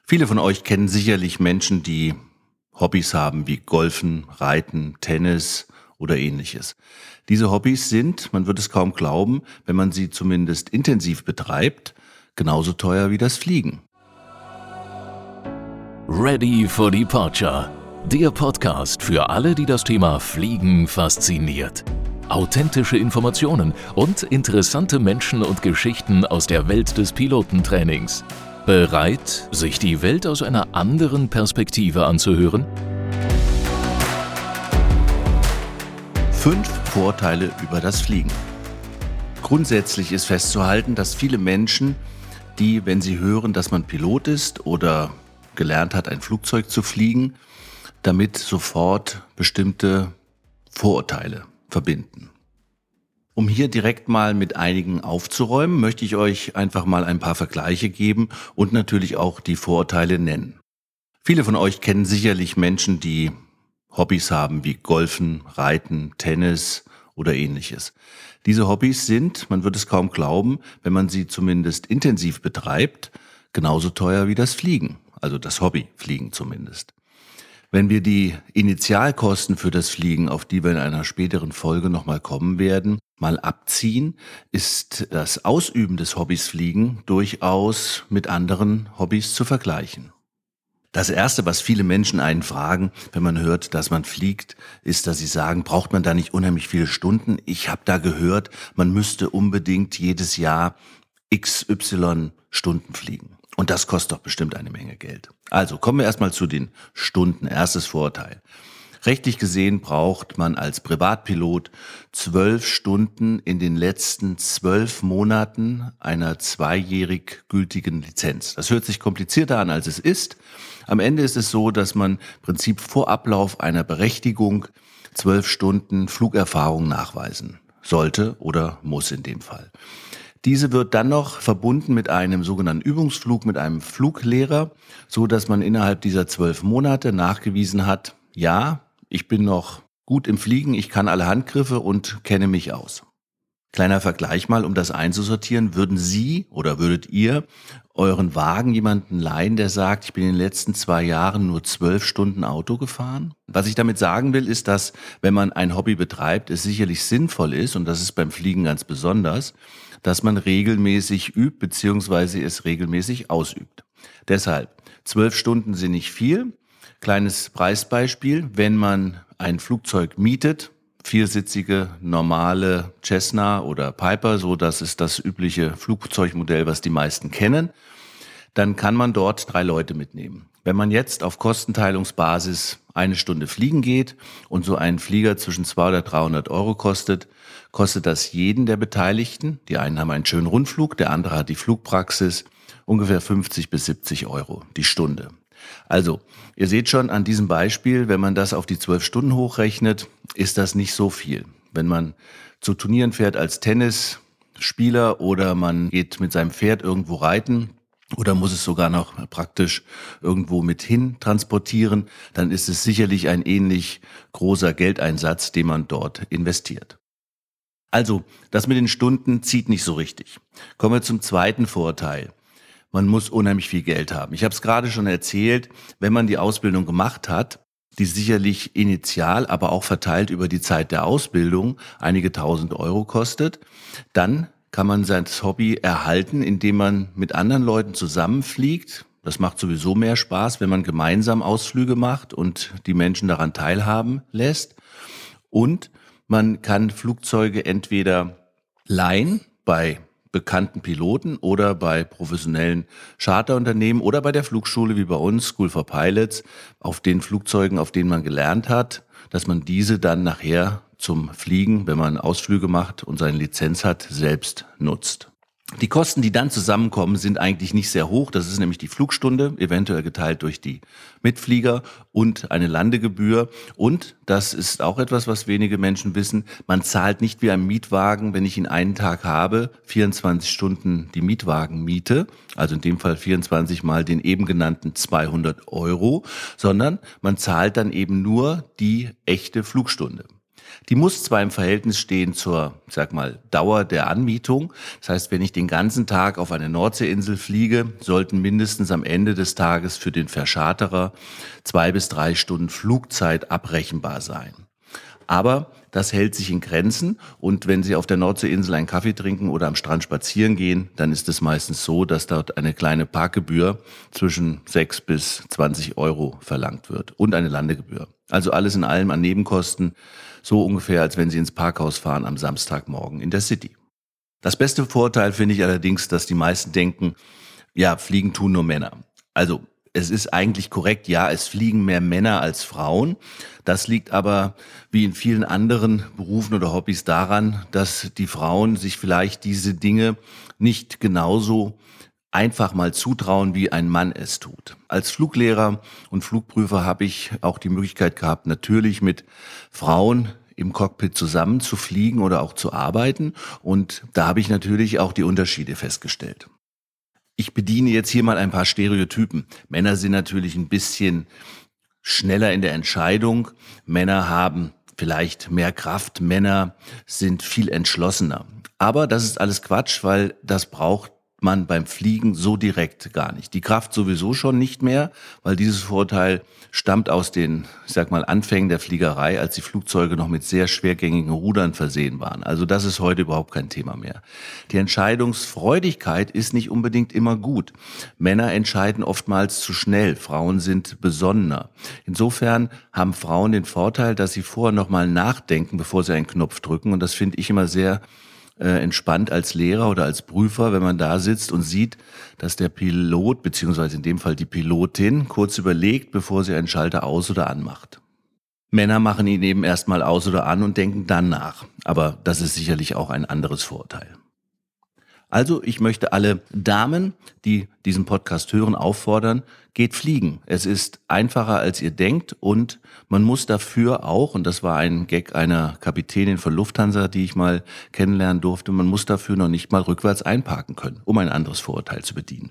Viele von euch kennen sicherlich Menschen, die Hobbys haben wie Golfen, Reiten, Tennis oder ähnliches. Diese Hobbys sind, man wird es kaum glauben, wenn man sie zumindest intensiv betreibt, genauso teuer wie das Fliegen. Ready for Departure, der Podcast für alle, die das Thema Fliegen fasziniert. Authentische Informationen und interessante Menschen und Geschichten aus der Welt des Pilotentrainings. Bereit, sich die Welt aus einer anderen Perspektive anzuhören? 5 Vorteile über das Fliegen. Grundsätzlich ist festzuhalten, dass viele Menschen, die, wenn sie hören, dass man Pilot ist oder gelernt hat, ein Flugzeug zu fliegen, damit sofort bestimmte Vorurteile verbinden. Um hier direkt mal mit einigen aufzuräumen, möchte ich euch einfach mal ein paar Vergleiche geben und natürlich auch die Vorurteile nennen. Viele von euch kennen sicherlich Menschen, die Hobbys haben wie Golfen, Reiten, Tennis oder ähnliches. Diese Hobbys sind, man wird es kaum glauben, wenn man sie zumindest intensiv betreibt, genauso teuer wie das Fliegen, also das Hobby Fliegen zumindest. Wenn wir die Initialkosten für das Fliegen, auf die wir in einer späteren Folge nochmal kommen werden, mal abziehen, ist das Ausüben des Hobbys Fliegen durchaus mit anderen Hobbys zu vergleichen. Das Erste, was viele Menschen einen fragen, wenn man hört, dass man fliegt, ist, dass sie sagen, braucht man da nicht unheimlich viele Stunden? Ich habe da gehört, man müsste unbedingt jedes Jahr XY Stunden fliegen. Und das kostet doch bestimmt eine Menge Geld. Also kommen wir erstmal zu den Stunden. Erstes Vorteil. Rechtlich gesehen braucht man als Privatpilot 12 Stunden in den letzten 12 Monaten einer 2-jährig gültigen Lizenz. Das hört sich komplizierter an, als es ist. Am Ende ist es so, dass man im Prinzip vor Ablauf einer Berechtigung 12 Stunden Flugerfahrung nachweisen sollte oder muss in dem Fall. Diese wird dann noch verbunden mit einem sogenannten Übungsflug, mit einem Fluglehrer, so dass man innerhalb dieser 12 Monate nachgewiesen hat, ja, ich bin noch gut im Fliegen, ich kann alle Handgriffe und kenne mich aus. Kleiner Vergleich mal, um das einzusortieren, würdet ihr euren Wagen jemanden leihen, der sagt, ich bin in den letzten 2 Jahren nur 12 Stunden Auto gefahren? Was ich damit sagen will, ist, dass, wenn man ein Hobby betreibt, es sicherlich sinnvoll ist, und das ist beim Fliegen ganz besonders, dass man regelmäßig übt bzw. es regelmäßig ausübt. Deshalb, 12 Stunden sind nicht viel. Kleines Preisbeispiel, wenn man ein Flugzeug mietet, 4-sitzige normale Cessna oder Piper, so das ist das übliche Flugzeugmodell, was die meisten kennen, dann kann man dort 3 Leute mitnehmen. Wenn man jetzt auf Kostenteilungsbasis 1 Stunde fliegen geht und so ein Flieger zwischen 200 oder 300 Euro kostet das jeden der Beteiligten, die einen haben einen schönen Rundflug, der andere hat die Flugpraxis, ungefähr 50 bis 70 Euro die Stunde. Also, ihr seht schon an diesem Beispiel, wenn man das auf die 12 Stunden hochrechnet, ist das nicht so viel. Wenn man zu Turnieren fährt als Tennisspieler oder man geht mit seinem Pferd irgendwo reiten oder muss es sogar noch praktisch irgendwo mit hin transportieren, dann ist es sicherlich ein ähnlich großer Geldeinsatz, den man dort investiert. Also, das mit den Stunden zieht nicht so richtig. Kommen wir zum zweiten Vorteil. Man muss unheimlich viel Geld haben. Ich habe es gerade schon erzählt, wenn man die Ausbildung gemacht hat, die sicherlich initial, aber auch verteilt über die Zeit der Ausbildung einige 1.000 Euro kostet, dann kann man sein Hobby erhalten, indem man mit anderen Leuten zusammenfliegt. Das macht sowieso mehr Spaß, wenn man gemeinsam Ausflüge macht und die Menschen daran teilhaben lässt. Und man kann Flugzeuge entweder leihen bei bekannten Piloten oder bei professionellen Charterunternehmen oder bei der Flugschule wie bei uns, School for Pilots, auf den Flugzeugen, auf denen man gelernt hat, dass man diese dann nachher zum Fliegen, wenn man Ausflüge macht und seine Lizenz hat, selbst nutzt. Die Kosten, die dann zusammenkommen, sind eigentlich nicht sehr hoch. Das ist nämlich die Flugstunde, eventuell geteilt durch die Mitflieger und eine Landegebühr. Und das ist auch etwas, was wenige Menschen wissen. Man zahlt nicht wie ein Mietwagen, wenn ich ihn einen Tag habe, 24 Stunden die Mietwagenmiete, also in dem Fall 24 mal den eben genannten 200 Euro, sondern man zahlt dann eben nur die echte Flugstunde. Die muss zwar im Verhältnis stehen zur, Dauer der Anmietung. Das heißt, wenn ich den ganzen Tag auf eine Nordseeinsel fliege, sollten mindestens am Ende des Tages für den Verscharterer 2 bis 3 Stunden Flugzeit abrechenbar sein. Aber das hält sich in Grenzen und wenn Sie auf der Nordseeinsel einen Kaffee trinken oder am Strand spazieren gehen, dann ist es meistens so, dass dort eine kleine Parkgebühr zwischen 6 bis 20 Euro verlangt wird und eine Landegebühr. Also alles in allem an Nebenkosten, so ungefähr, als wenn Sie ins Parkhaus fahren am Samstagmorgen in der City. Das beste Vorteil finde ich allerdings, dass die meisten denken, ja, fliegen tun nur Männer. Also es ist eigentlich korrekt, ja, es fliegen mehr Männer als Frauen. Das liegt aber wie in vielen anderen Berufen oder Hobbys daran, dass die Frauen sich vielleicht diese Dinge nicht genauso einfach mal zutrauen, wie ein Mann es tut. Als Fluglehrer und Flugprüfer habe ich auch die Möglichkeit gehabt, natürlich mit Frauen im Cockpit zusammen zu fliegen oder auch zu arbeiten. Und da habe ich natürlich auch die Unterschiede festgestellt. Ich bediene jetzt hier mal ein paar Stereotypen. Männer sind natürlich ein bisschen schneller in der Entscheidung. Männer haben vielleicht mehr Kraft. Männer sind viel entschlossener. Aber das ist alles Quatsch, weil das braucht man beim Fliegen so direkt gar nicht. Die Kraft sowieso schon nicht mehr, weil dieses Vorteil stammt aus den, Anfängen der Fliegerei, als die Flugzeuge noch mit sehr schwergängigen Rudern versehen waren. Also das ist heute überhaupt kein Thema mehr. Die Entscheidungsfreudigkeit ist nicht unbedingt immer gut. Männer entscheiden oftmals zu schnell, Frauen sind besonnener. Insofern haben Frauen den Vorteil, dass sie vorher nochmal nachdenken, bevor sie einen Knopf drücken, und das finde ich immer sehr entspannt als Lehrer oder als Prüfer, wenn man da sitzt und sieht, dass der Pilot, beziehungsweise in dem Fall die Pilotin, kurz überlegt, bevor sie einen Schalter aus- oder anmacht. Männer machen ihn eben erstmal aus oder an und denken dann nach. Aber das ist sicherlich auch ein anderes Vorteil. Also, ich möchte alle Damen, die diesen Podcast hören, auffordern, geht fliegen. Es ist einfacher, als ihr denkt, und man muss dafür auch, und das war ein Gag einer Kapitänin von Lufthansa, die ich mal kennenlernen durfte, man muss dafür noch nicht mal rückwärts einparken können, um ein anderes Vorurteil zu bedienen.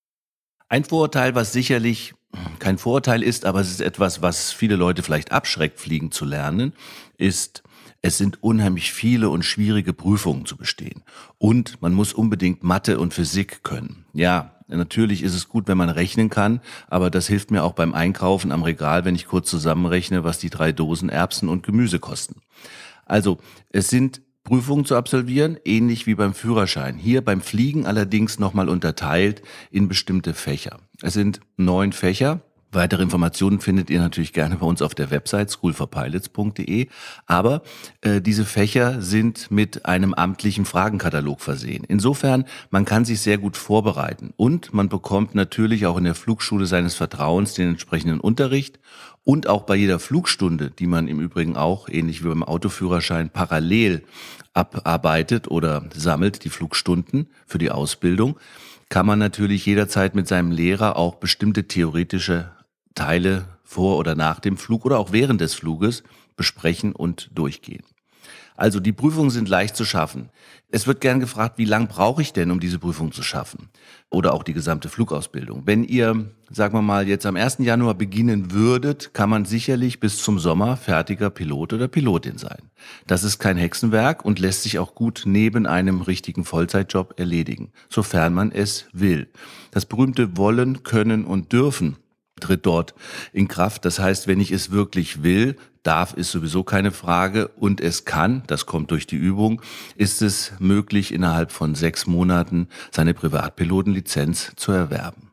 Ein Vorurteil, was sicherlich kein Vorurteil ist, aber es ist etwas, was viele Leute vielleicht abschreckt, fliegen zu lernen, ist: Es sind unheimlich viele und schwierige Prüfungen zu bestehen. Und man muss unbedingt Mathe und Physik können. Ja, natürlich ist es gut, wenn man rechnen kann, aber das hilft mir auch beim Einkaufen am Regal, wenn ich kurz zusammenrechne, was die 3 Dosen Erbsen und Gemüse kosten. Also, es sind Prüfungen zu absolvieren, ähnlich wie beim Führerschein. Hier beim Fliegen allerdings nochmal unterteilt in bestimmte Fächer. Es sind 9 Fächer. Weitere Informationen findet ihr natürlich gerne bei uns auf der Website schoolforpilots.de, aber diese Fächer sind mit einem amtlichen Fragenkatalog versehen. Insofern, man kann sich sehr gut vorbereiten und man bekommt natürlich auch in der Flugschule seines Vertrauens den entsprechenden Unterricht, und auch bei jeder Flugstunde, die man im Übrigen auch, ähnlich wie beim Autoführerschein, parallel abarbeitet oder sammelt, die Flugstunden für die Ausbildung, kann man natürlich jederzeit mit seinem Lehrer auch bestimmte theoretische Teile vor oder nach dem Flug oder auch während des Fluges besprechen und durchgehen. Also die Prüfungen sind leicht zu schaffen. Es wird gern gefragt, wie lang brauche ich denn, um diese Prüfung zu schaffen? Oder auch die gesamte Flugausbildung. Wenn ihr, sagen wir mal, jetzt am 1. Januar beginnen würdet, kann man sicherlich bis zum Sommer fertiger Pilot oder Pilotin sein. Das ist kein Hexenwerk und lässt sich auch gut neben einem richtigen Vollzeitjob erledigen, sofern man es will. Das berühmte Wollen, Können und Dürfen tritt dort in Kraft. Das heißt, wenn ich es wirklich will, darf ist sowieso keine Frage, und es kann, das kommt durch die Übung, ist es möglich, innerhalb von 6 Monaten seine Privatpilotenlizenz zu erwerben.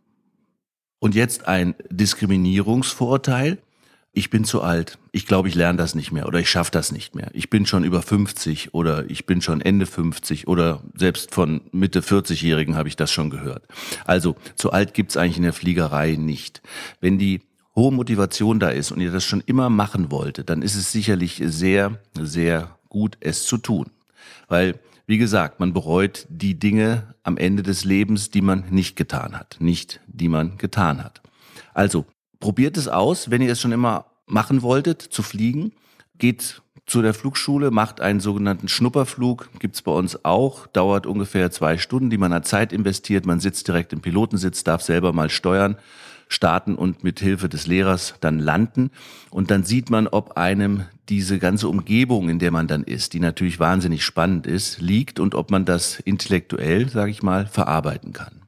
Und jetzt ein Diskriminierungsvorurteil. Ich bin zu alt. Ich glaube, ich lerne das nicht mehr oder ich schaffe das nicht mehr. Ich bin schon über 50 oder ich bin schon Ende 50 oder selbst von Mitte 40-Jährigen habe ich das schon gehört. Also zu alt gibt's eigentlich in der Fliegerei nicht. Wenn die hohe Motivation da ist und ihr das schon immer machen wolltet, dann ist es sicherlich sehr, sehr gut, es zu tun. Weil, wie gesagt, man bereut die Dinge am Ende des Lebens, die man nicht getan hat, nicht die man getan hat. Also, probiert es aus, wenn ihr es schon immer machen wolltet, zu fliegen. Geht zu der Flugschule, macht einen sogenannten Schnupperflug, gibt's bei uns auch, dauert ungefähr 2 Stunden, die man an Zeit investiert. Man sitzt direkt im Pilotensitz, darf selber mal steuern. starten und mit Hilfe des Lehrers dann landen. Und dann sieht man, ob einem diese ganze Umgebung, in der man dann ist, die natürlich wahnsinnig spannend ist, liegt und ob man das intellektuell, sage ich mal, verarbeiten kann.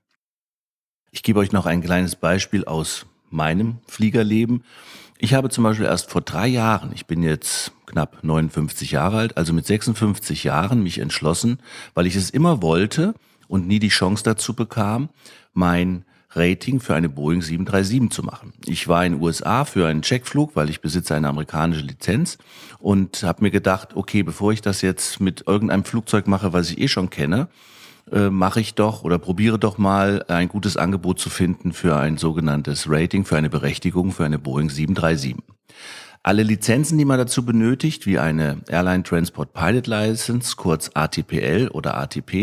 Ich gebe euch noch ein kleines Beispiel aus meinem Fliegerleben. Ich habe zum Beispiel erst vor 3 Jahren, ich bin jetzt knapp 59 Jahre alt, also mit 56 Jahren mich entschlossen, weil ich es immer wollte und nie die Chance dazu bekam, mein Rating für eine Boeing 737 zu machen. Ich war in den USA für einen Checkflug, weil ich besitze eine amerikanische Lizenz und habe mir gedacht, okay, bevor ich das jetzt mit irgendeinem Flugzeug mache, was ich schon kenne, mache ich doch oder probiere doch mal ein gutes Angebot zu finden für ein sogenanntes Rating, für eine Berechtigung für eine Boeing 737. Alle Lizenzen, die man dazu benötigt, wie eine Airline Transport Pilot License, kurz ATPL oder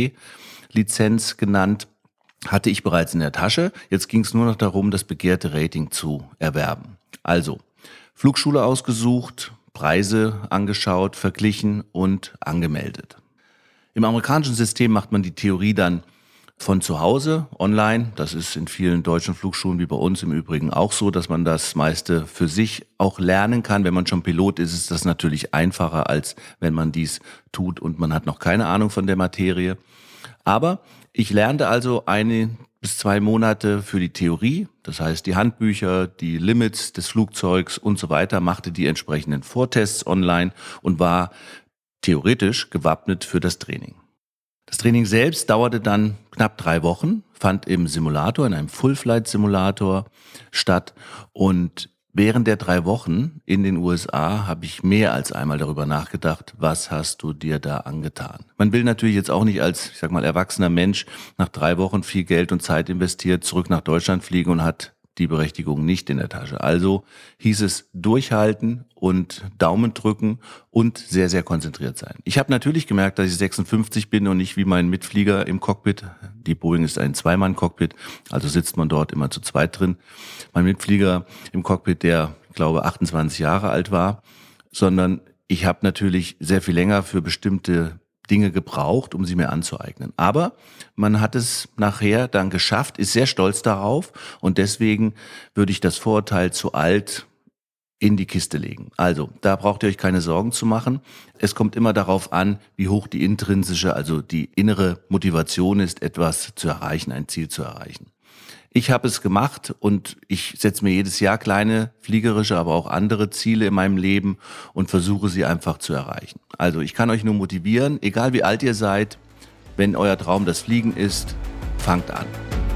ATP-Lizenz genannt, hatte ich bereits in der Tasche. Jetzt ging es nur noch darum, das begehrte Rating zu erwerben. Also Flugschule ausgesucht, Preise angeschaut, verglichen und angemeldet. Im amerikanischen System macht man die Theorie dann von zu Hause, online. Das ist in vielen deutschen Flugschulen wie bei uns im Übrigen auch so, dass man das meiste für sich auch lernen kann. Wenn man schon Pilot ist, ist das natürlich einfacher, als wenn man dies tut und man hat noch keine Ahnung von der Materie. Aber ich lernte also 1 bis 2 Monate für die Theorie, das heißt die Handbücher, die Limits des Flugzeugs und so weiter, machte die entsprechenden Vortests online und war theoretisch gewappnet für das Training. Das Training selbst dauerte dann knapp 3 Wochen, fand im Simulator, in einem Full-Flight-Simulator statt und während der 3 Wochen in den USA habe ich mehr als einmal darüber nachgedacht, was hast du dir da angetan? Man will natürlich jetzt auch nicht als, ich sag mal, erwachsener Mensch nach 3 Wochen viel Geld und Zeit investiert, zurück nach Deutschland fliegen und hat die Berechtigung nicht in der Tasche. Also hieß es durchhalten und Daumen drücken und sehr, sehr konzentriert sein. Ich habe natürlich gemerkt, dass ich 56 bin und nicht wie mein Mitflieger im Cockpit. Die Boeing ist ein 2-Mann-Cockpit, also sitzt man dort immer zu zweit drin. Mein Mitflieger im Cockpit, der, ich glaube, 28 Jahre alt war, sondern ich habe natürlich sehr viel länger für bestimmte Dinge gebraucht, um sie mir anzueignen. Aber man hat es nachher dann geschafft, ist sehr stolz darauf und deswegen würde ich das Vorurteil zu alt in die Kiste legen. Also, da braucht ihr euch keine Sorgen zu machen. Es kommt immer darauf an, wie hoch die intrinsische, also die innere Motivation ist, etwas zu erreichen, ein Ziel zu erreichen. Ich habe es gemacht und ich setze mir jedes Jahr kleine fliegerische, aber auch andere Ziele in meinem Leben und versuche sie einfach zu erreichen. Also ich kann euch nur motivieren, egal wie alt ihr seid, wenn euer Traum das Fliegen ist, fangt an.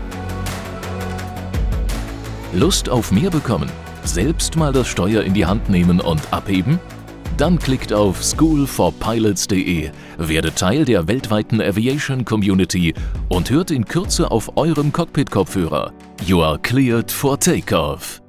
Lust auf mehr bekommen? Selbst mal das Steuer in die Hand nehmen und abheben? Dann klickt auf schoolforpilots.de, werdet Teil der weltweiten Aviation Community und hört in Kürze auf eurem Cockpit-Kopfhörer. You are cleared for takeoff.